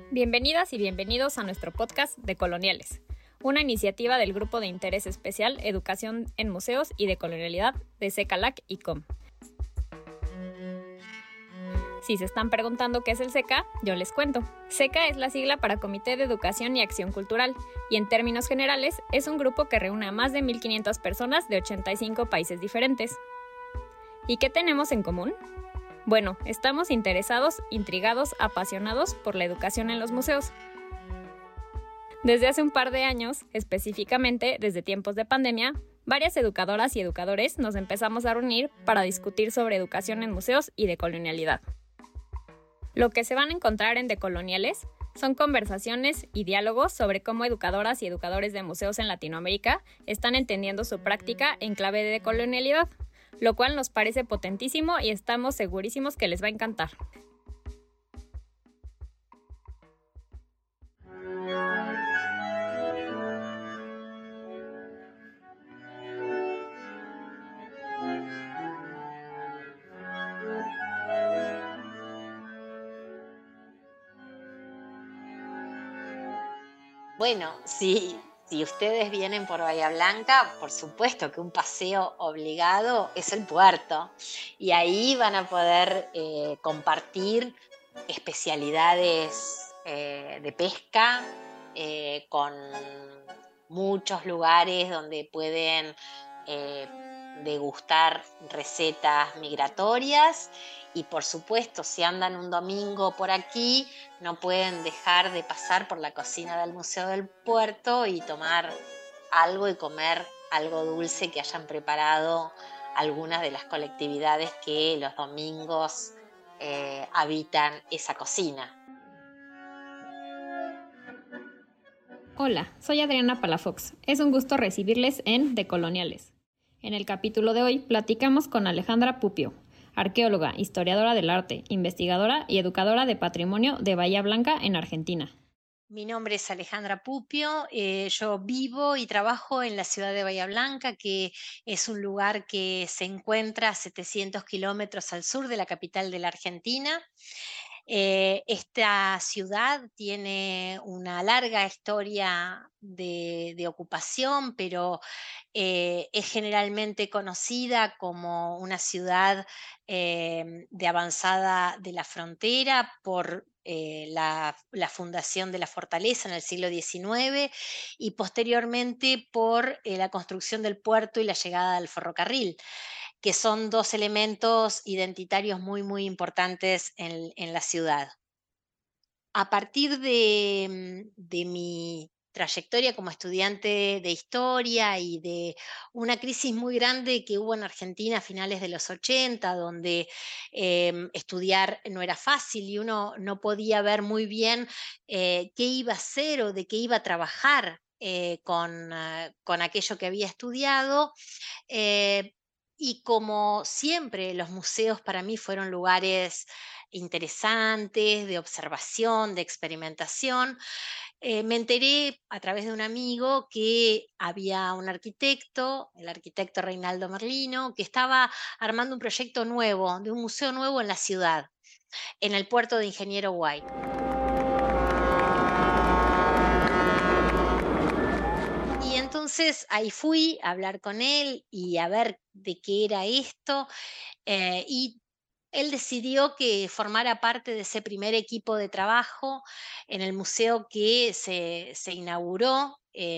Bienvenidas y bienvenidos a nuestro podcast de Coloniales, una iniciativa del Grupo de Interés Especial Educación en Museos y de Colonialidad de SECALAC y COM. Si se están preguntando qué es el SECA, yo les cuento. SECA es la sigla para Comité de Educación y Acción Cultural, y en términos generales es un grupo que reúne a más de 1,500 personas de 85 países diferentes. ¿Y qué tenemos en común? Bueno, estamos interesados, intrigados, apasionados por la educación en los museos. Desde hace un par de años, específicamente desde tiempos de pandemia, varias educadoras y educadores nos empezamos a reunir para discutir sobre educación en museos y decolonialidad. Lo que se van a encontrar en Decoloniales son conversaciones y diálogos sobre cómo educadoras y educadores de museos en Latinoamérica están entendiendo su práctica en clave de decolonialidad, lo cual nos parece potentísimo y estamos segurísimos que les va a encantar. Bueno, si ustedes vienen por Bahía Blanca, por supuesto que un paseo obligado es el puerto. Y ahí van a poder compartir especialidades de pesca con muchos lugares donde pueden eh, degustar recetas migratorias. Y por supuesto, si andan un domingo por aquí, no pueden dejar de pasar por la cocina del Museo del Puerto y tomar algo y comer algo dulce que hayan preparado algunas de las colectividades que los domingos habitan esa cocina. Hola, soy Adriana Palafox. Es un gusto recibirles en Decoloniales. En el capítulo de hoy platicamos con Alejandra Pupio, arqueóloga, historiadora del arte, investigadora y educadora de patrimonio de Bahía Blanca en Argentina. Mi nombre es Alejandra Pupio, yo vivo y trabajo en la ciudad de Bahía Blanca, que es un lugar que se encuentra a 700 kilómetros al sur de la capital de la Argentina. Esta ciudad tiene una larga historia de ocupación, pero es generalmente conocida como una ciudad de avanzada de la frontera por la fundación de la fortaleza en el siglo XIX y posteriormente por la construcción del puerto y la llegada del ferrocarril, que son dos elementos identitarios muy importantes en la ciudad. A partir de mi trayectoria como estudiante de historia y de una crisis muy grande que hubo en Argentina a finales de los 80, donde estudiar no era fácil y uno no podía ver muy bien qué iba a hacer o de qué iba a trabajar con aquello que había estudiado. eh, y como siempre, los museos para mí fueron lugares interesantes, de observación, de experimentación. Me enteré a través de un amigo que había un arquitecto, el arquitecto Reinaldo Merlino, que estaba armando un proyecto nuevo, de un museo nuevo en la ciudad, en el puerto de Ingeniero White. Y entonces ahí fui a hablar con él y a ver de qué era esto. Y él decidió que formara parte de ese primer equipo de trabajo en el museo que se inauguró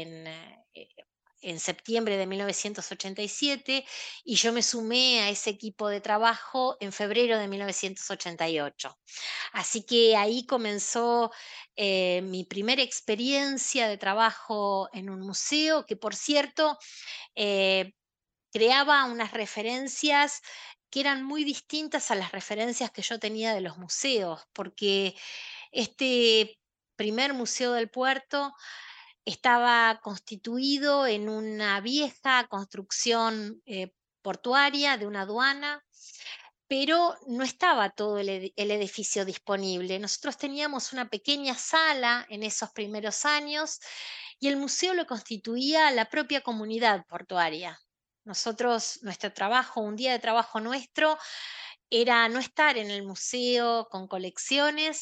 en septiembre de 1987 y yo me sumé a ese equipo de trabajo en febrero de 1988. Así que ahí comenzó mi primera experiencia de trabajo en un museo, que por cierto eh, creaba unas referencias que eran muy distintas a las referencias que yo tenía de los museos, porque este primer museo del puerto estaba constituido en una vieja construcción portuaria de una aduana, pero no estaba todo el edificio disponible. Nosotros teníamos una pequeña sala en esos primeros años y el museo lo constituía la propia comunidad portuaria. Nosotros, nuestro trabajo, un día de trabajo nuestro, era no estar en el museo con colecciones,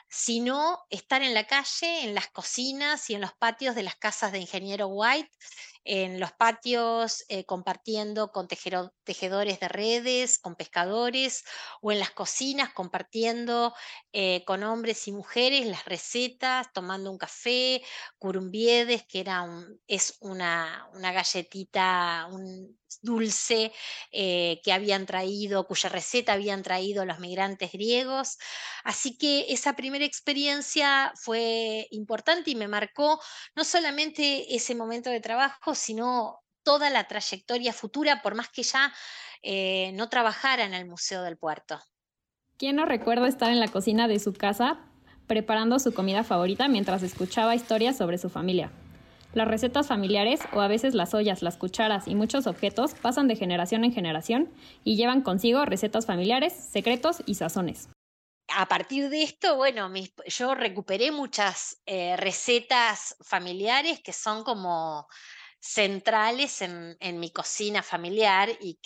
sino estar en la calle, en las cocinas y en los patios de las casas de Ingeniero White, en los patios compartiendo con tejedores de redes, con pescadores, o en las cocinas compartiendo con hombres y mujeres las recetas, tomando un café, curumbiedes, que es una galletita, un dulce que habían traído, cuya receta habían traído los migrantes griegos. Así que esa primera experiencia fue importante y me marcó no solamente ese momento de trabajo, sino toda la trayectoria futura, por más que ya no trabajara en el Museo del Puerto. ¿Quién no recuerda estar en la cocina de su casa preparando su comida favorita mientras escuchaba historias sobre su familia? Las recetas familiares, o a veces las ollas, las cucharas y muchos objetos, pasan de generación en generación y llevan consigo recetas familiares, secretos y sazones. A partir de esto, bueno, yo recuperé muchas recetas familiares que son como centrales en mi cocina familiar y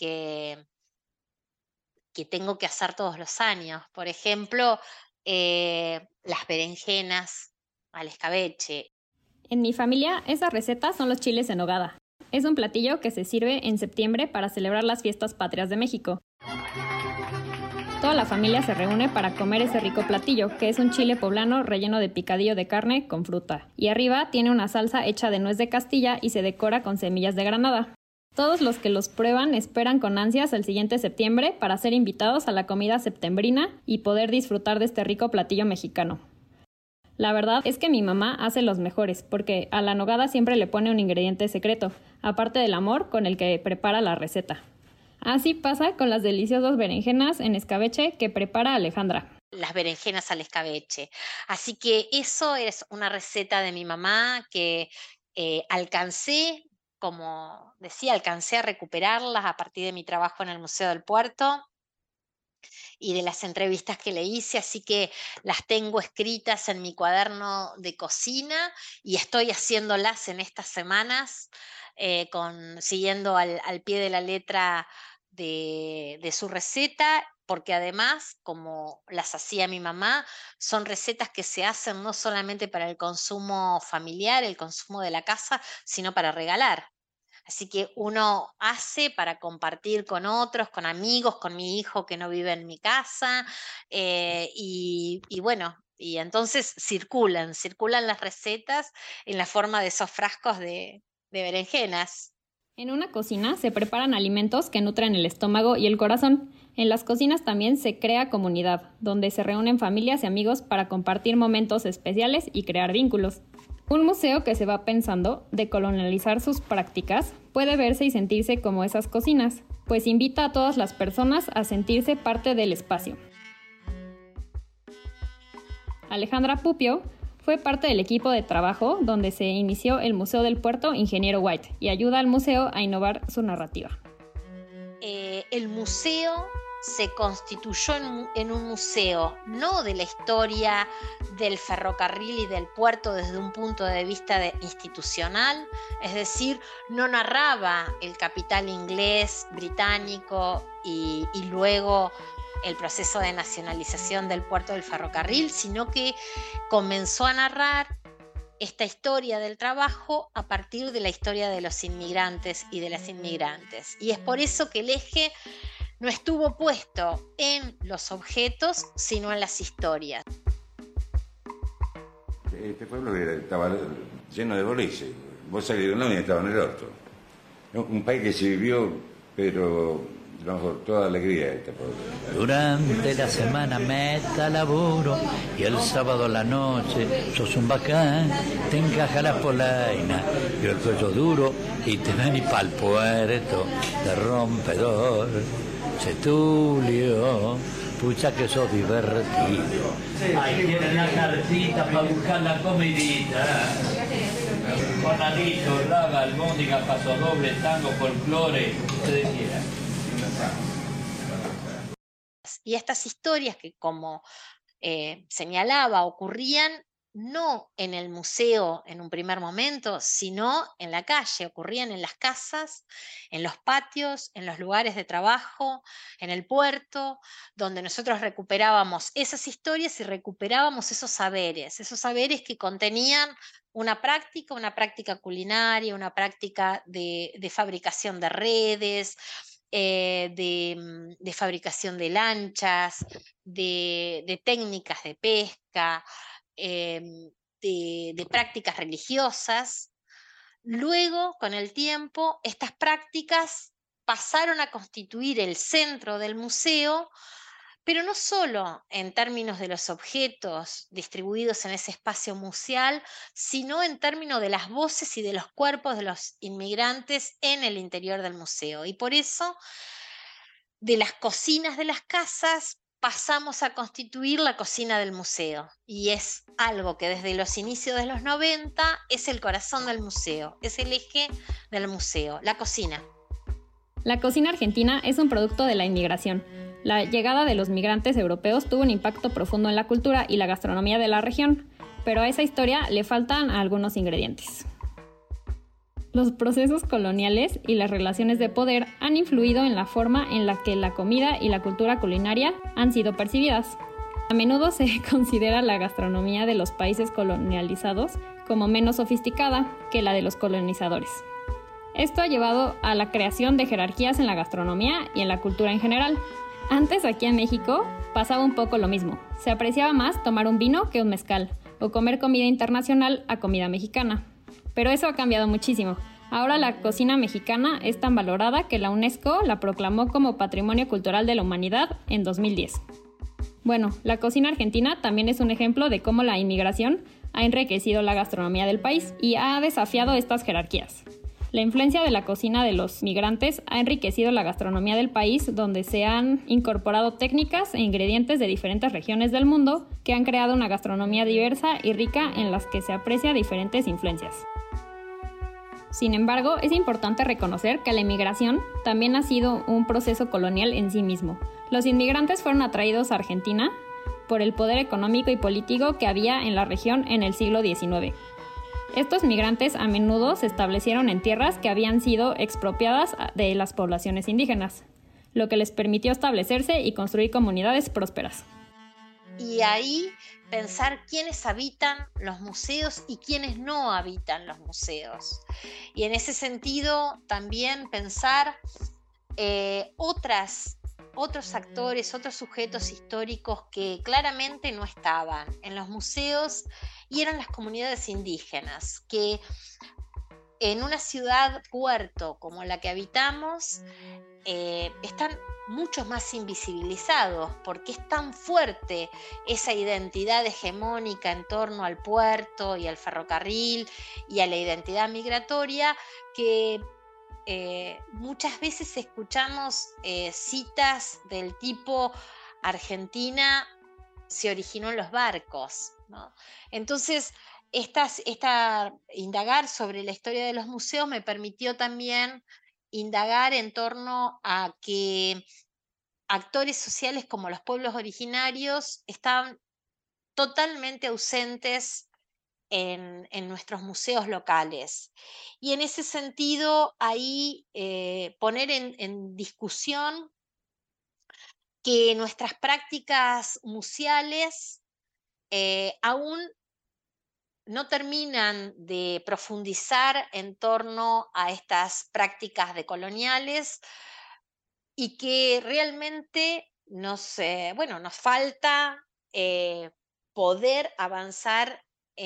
que tengo que hacer todos los años. Por ejemplo, las berenjenas al escabeche. En mi familia, esas recetas son los chiles en nogada. Es un platillo que se sirve en septiembre para celebrar las fiestas patrias de México. Toda la familia se reúne para comer ese rico platillo, que es un chile poblano relleno de picadillo de carne con fruta. Y arriba tiene una salsa hecha de nuez de Castilla y se decora con semillas de granada. Todos los que los prueban esperan con ansias el siguiente septiembre para ser invitados a la comida septembrina y poder disfrutar de este rico platillo mexicano. La verdad es que mi mamá hace los mejores, porque a la nogada siempre le pone un ingrediente secreto, aparte del amor con el que prepara la receta. Así pasa con las deliciosas berenjenas en escabeche que prepara Alejandra. Las berenjenas al escabeche. Así que eso es una receta de mi mamá que alcancé, como decía, alcancé a recuperarlas a partir de mi trabajo en el Museo del Puerto y de las entrevistas que le hice, así que las tengo escritas en mi cuaderno de cocina y estoy haciéndolas en estas semanas, siguiendo al pie de la letra de su receta, porque además, como las hacía mi mamá, son recetas que se hacen no solamente para el consumo familiar, el consumo de la casa, sino para regalar. Así que uno hace para compartir con otros, con amigos, con mi hijo que no vive en mi casa, y bueno, y entonces circulan las recetas en la forma de esos frascos de berenjenas. En una cocina se preparan alimentos que nutren el estómago y el corazón. En las cocinas también se crea comunidad, donde se reúnen familias y amigos para compartir momentos especiales y crear vínculos. Un museo que se va pensando de colonializar sus prácticas puede verse y sentirse como esas cocinas, pues invita a todas las personas a sentirse parte del espacio. Alejandra Pupio fue parte del equipo de trabajo donde se inició el Museo del Puerto Ingeniero White y ayuda al museo a innovar su narrativa. El museo se constituyó en un museo, no de la historia del ferrocarril y del puerto desde un punto de vista institucional, es decir, no narraba el capital inglés, británico y luego el proceso de nacionalización del puerto del ferrocarril, sino que comenzó a narrar esta historia del trabajo a partir de la historia de los inmigrantes y de las inmigrantes. Y es por eso que el eje no estuvo puesto en los objetos, sino en las historias. Este pueblo estaba lleno de boliches. Vos salís de uno y estaba en el otro. Un país que se vivió, pero con toda alegría este pueblo. Durante la semana meta laburo y el sábado a la noche sos un bacán, te encaja la polaina y el cuello duro y te venís pa'l puerto de rompedor. Chetulio, pucha que sos divertido. Ahí tienen la cartita para buscar la comidita. Conadito, raga, albóndiga, pasodoble, tango, folclore, ustedes quieran. Y estas historias que, como señalaba, ocurrían no en el museo en un primer momento, sino en la calle, ocurrían en las casas, en los patios, en los lugares de trabajo, en el puerto, donde nosotros recuperábamos esas historias y recuperábamos esos saberes que contenían una práctica culinaria, una práctica de fabricación de redes, de fabricación de lanchas, de técnicas de pesca, de prácticas religiosas. Luego, con el tiempo, estas prácticas pasaron a constituir el centro del museo, pero no solo en términos de los objetos distribuidos en ese espacio museal, sino en términos de las voces y de los cuerpos de los inmigrantes en el interior del museo. Y por eso, de las cocinas de las casas pasamos a constituir la cocina del museo. Y es algo que desde los inicios de los 90 es el corazón del museo, es el eje del museo, la cocina. La cocina argentina es un producto de la inmigración. La llegada de los migrantes europeos tuvo un impacto profundo en la cultura y la gastronomía de la región, pero a esa historia le faltan algunos ingredientes. Los procesos coloniales y las relaciones de poder han influido en la forma en la que la comida y la cultura culinaria han sido percibidas. A menudo se considera la gastronomía de los países colonializados como menos sofisticada que la de los colonizadores. Esto ha llevado a la creación de jerarquías en la gastronomía y en la cultura en general. Antes, aquí en México, pasaba un poco lo mismo. Se apreciaba más tomar un vino que un mezcal, o comer comida internacional a comida mexicana. Pero eso ha cambiado muchísimo. Ahora la cocina mexicana es tan valorada que la UNESCO la proclamó como Patrimonio Cultural de la Humanidad en 2010. Bueno, la cocina argentina también es un ejemplo de cómo la inmigración ha enriquecido la gastronomía del país y ha desafiado estas jerarquías. La influencia de la cocina de los migrantes ha enriquecido la gastronomía del país, donde se han incorporado técnicas e ingredientes de diferentes regiones del mundo que han creado una gastronomía diversa y rica en las que se aprecia diferentes influencias. Sin embargo, es importante reconocer que la inmigración también ha sido un proceso colonial en sí mismo. Los inmigrantes fueron atraídos a Argentina por el poder económico y político que había en la región en el siglo XIX. Estos migrantes a menudo se establecieron en tierras que habían sido expropiadas de las poblaciones indígenas, lo que les permitió establecerse y construir comunidades prósperas. Y ahí pensar quiénes habitan los museos y quiénes no habitan los museos. Y en ese sentido también pensar otros actores, otros sujetos históricos que claramente no estaban en los museos, y eran las comunidades indígenas, que en una ciudad puerto como la que habitamos están muchos más invisibilizados, porque es tan fuerte esa identidad hegemónica en torno al puerto y al ferrocarril y a la identidad migratoria, que muchas veces escuchamos citas del tipo: Argentina se originó en los barcos, ¿no? Entonces, indagar sobre la historia de los museos me permitió también indagar en torno a que actores sociales como los pueblos originarios estaban totalmente ausentes en nuestros museos locales. Y en ese sentido, ahí poner en discusión que nuestras prácticas museales aún no terminan de profundizar en torno a estas prácticas decoloniales, y que realmente nos falta poder avanzar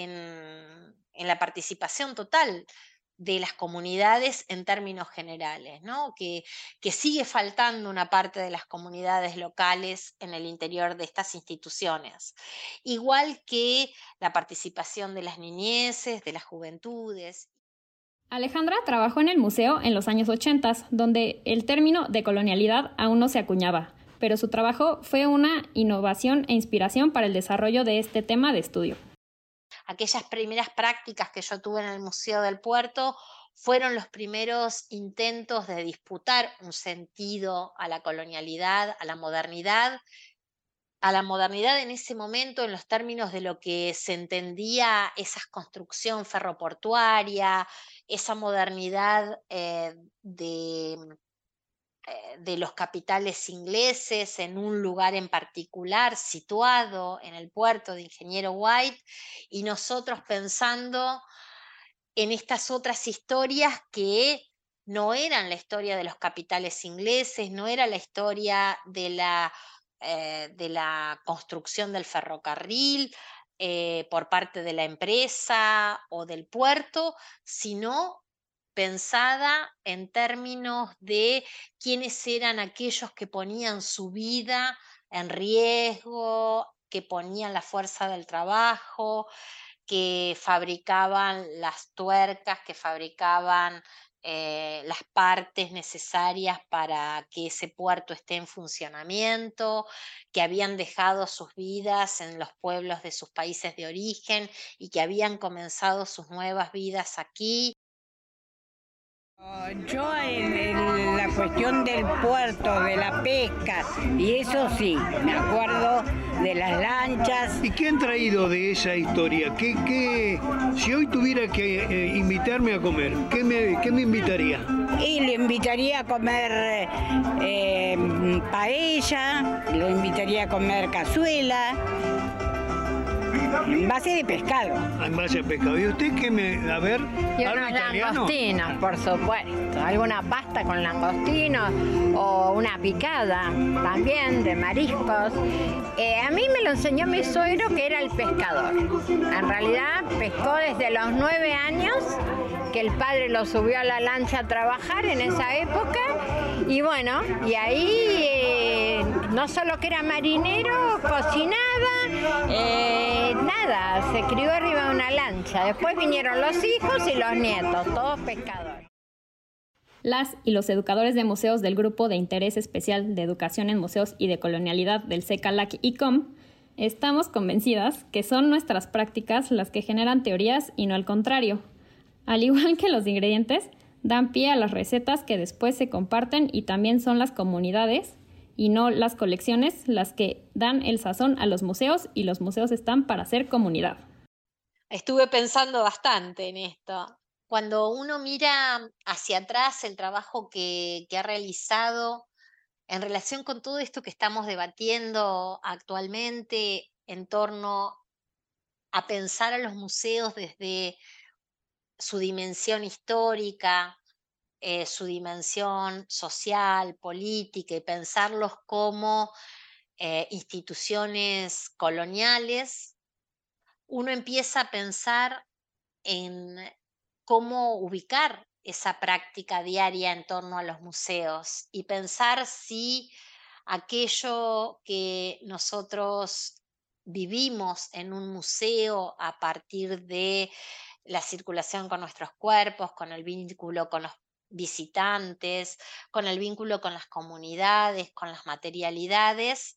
en la participación total de las comunidades en términos generales, ¿no? Que sigue faltando una parte de las comunidades locales en el interior de estas instituciones, igual que la participación de las niñeces, de las juventudes. Alejandra trabajó en el museo en los años 80, donde el término decolonialidad aún no se acuñaba, pero su trabajo fue una innovación e inspiración para el desarrollo de este tema de estudio. Aquellas primeras prácticas que yo tuve en el Museo del Puerto fueron los primeros intentos de disputar un sentido a la colonialidad, a la modernidad, a la modernidad en ese momento en los términos de lo que se entendía esa construcción ferroportuaria, esa modernidad de los capitales ingleses en un lugar en particular, situado en el puerto de Ingeniero White, y nosotros pensando en estas otras historias que no eran la historia de los capitales ingleses, no era la historia de la construcción del ferrocarril por parte de la empresa o del puerto, sino pensada en términos de quiénes eran aquellos que ponían su vida en riesgo, que ponían la fuerza del trabajo, que fabricaban las tuercas, que fabricaban las partes necesarias para que ese puerto esté en funcionamiento, que habían dejado sus vidas en los pueblos de sus países de origen y que habían comenzado sus nuevas vidas aquí. Yo en la cuestión del puerto, de la pesca, y eso sí, me acuerdo de las lanchas. ¿Y qué han traído de esa historia? Si hoy tuviera que invitarme a comer, ¿qué me invitaría? Y le invitaría a comer paella, le invitaría a comer cazuela, en base de pescado. En base a pescado. ¿Y usted qué a ver, Y algo unos italiano? langostinos, por supuesto. Alguna pasta con langostinos o una picada también de mariscos. A mí me lo enseñó mi suegro, que era el pescador. En realidad pescó desde los 9 años, que el padre lo subió a la lancha a trabajar en esa época. Y bueno, y ahí no solo que era marinero, cocinaba, nada, se crió arriba de una lancha. Después vinieron los hijos y los nietos, todos pescadores. Las y los educadores de museos del Grupo de Interés Especial de Educación en Museos y de Colonialidad del SECA-LAC-ICOM estamos convencidas que son nuestras prácticas las que generan teorías y no al contrario. Al igual que los ingredientes, dan pie a las recetas que después se comparten, y también son las comunidades y no las colecciones las que dan el sazón a los museos, y los museos están para ser comunidad. Estuve pensando bastante en esto. Cuando uno mira hacia atrás el trabajo que ha realizado en relación con todo esto que estamos debatiendo actualmente en torno a pensar a los museos desde su dimensión histórica, su dimensión social, política, y pensarlos como instituciones coloniales, uno empieza a pensar en cómo ubicar esa práctica diaria en torno a los museos y pensar si aquello que nosotros vivimos en un museo a partir de la circulación con nuestros cuerpos, con el vínculo con los visitantes, con el vínculo con las comunidades, con las materialidades,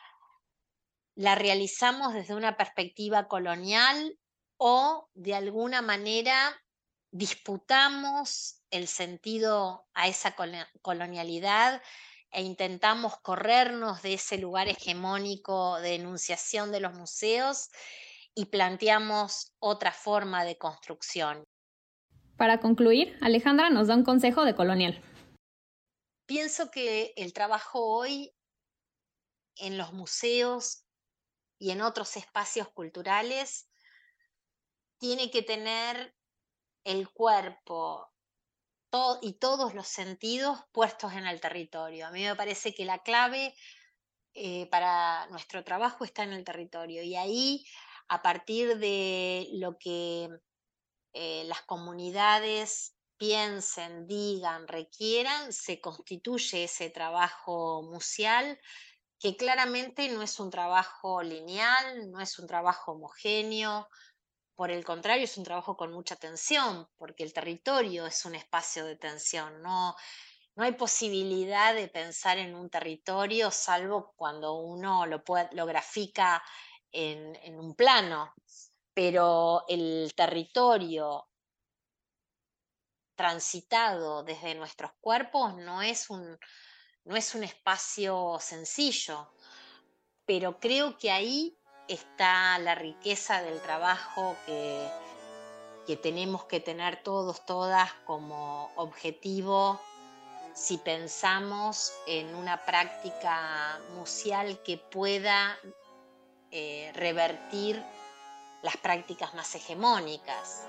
la realizamos desde una perspectiva colonial o de alguna manera disputamos el sentido a esa colonialidad e intentamos corrernos de ese lugar hegemónico de enunciación de los museos y planteamos otra forma de construcción. Para concluir, Alejandra nos da un consejo de colonial. Pienso que el trabajo hoy en los museos y en otros espacios culturales tiene que tener el cuerpo y todos los sentidos puestos en el territorio. A mí me parece que la clave para nuestro trabajo está en el territorio, y ahí, a partir de lo que las comunidades piensen, digan, requieran, se constituye ese trabajo museal, que claramente no es un trabajo lineal, no es un trabajo homogéneo. Por el contrario, es un trabajo con mucha tensión, porque el territorio es un espacio de tensión. No hay posibilidad de pensar en un territorio salvo cuando uno lo grafica en un plano, pero el territorio transitado desde nuestros cuerpos no es un espacio sencillo. pero creo que ahí está la riqueza del trabajo que tenemos que tener todos, todas como objetivo si pensamos en una práctica museal que pueda revertir las prácticas más hegemónicas.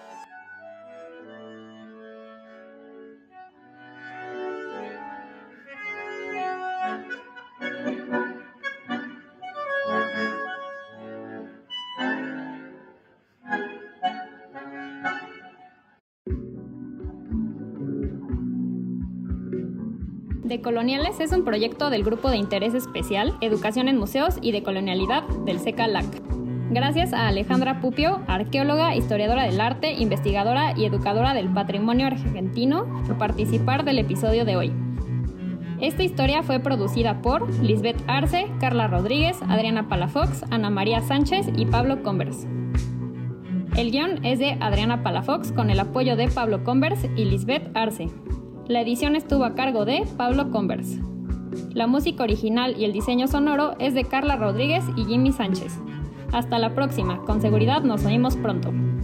Decoloniales es un proyecto del Grupo de Interés Especial, Educación en Museos y Decolonialidad del SECA-LAC. Gracias a Alejandra Pupio, arqueóloga, historiadora del arte, investigadora y educadora del patrimonio argentino, por participar del episodio de hoy. Esta historia fue producida por Lisbeth Arce, Carla Rodríguez, Adriana Palafox, Ana María Sánchez y Pablo Convers. El guión es de Adriana Palafox con el apoyo de Pablo Convers y Lisbeth Arce. La edición estuvo a cargo de Pablo Convers. La música original y el diseño sonoro es de Carla Rodríguez y Jimmy Sánchez. Hasta la próxima, con seguridad nos oímos pronto.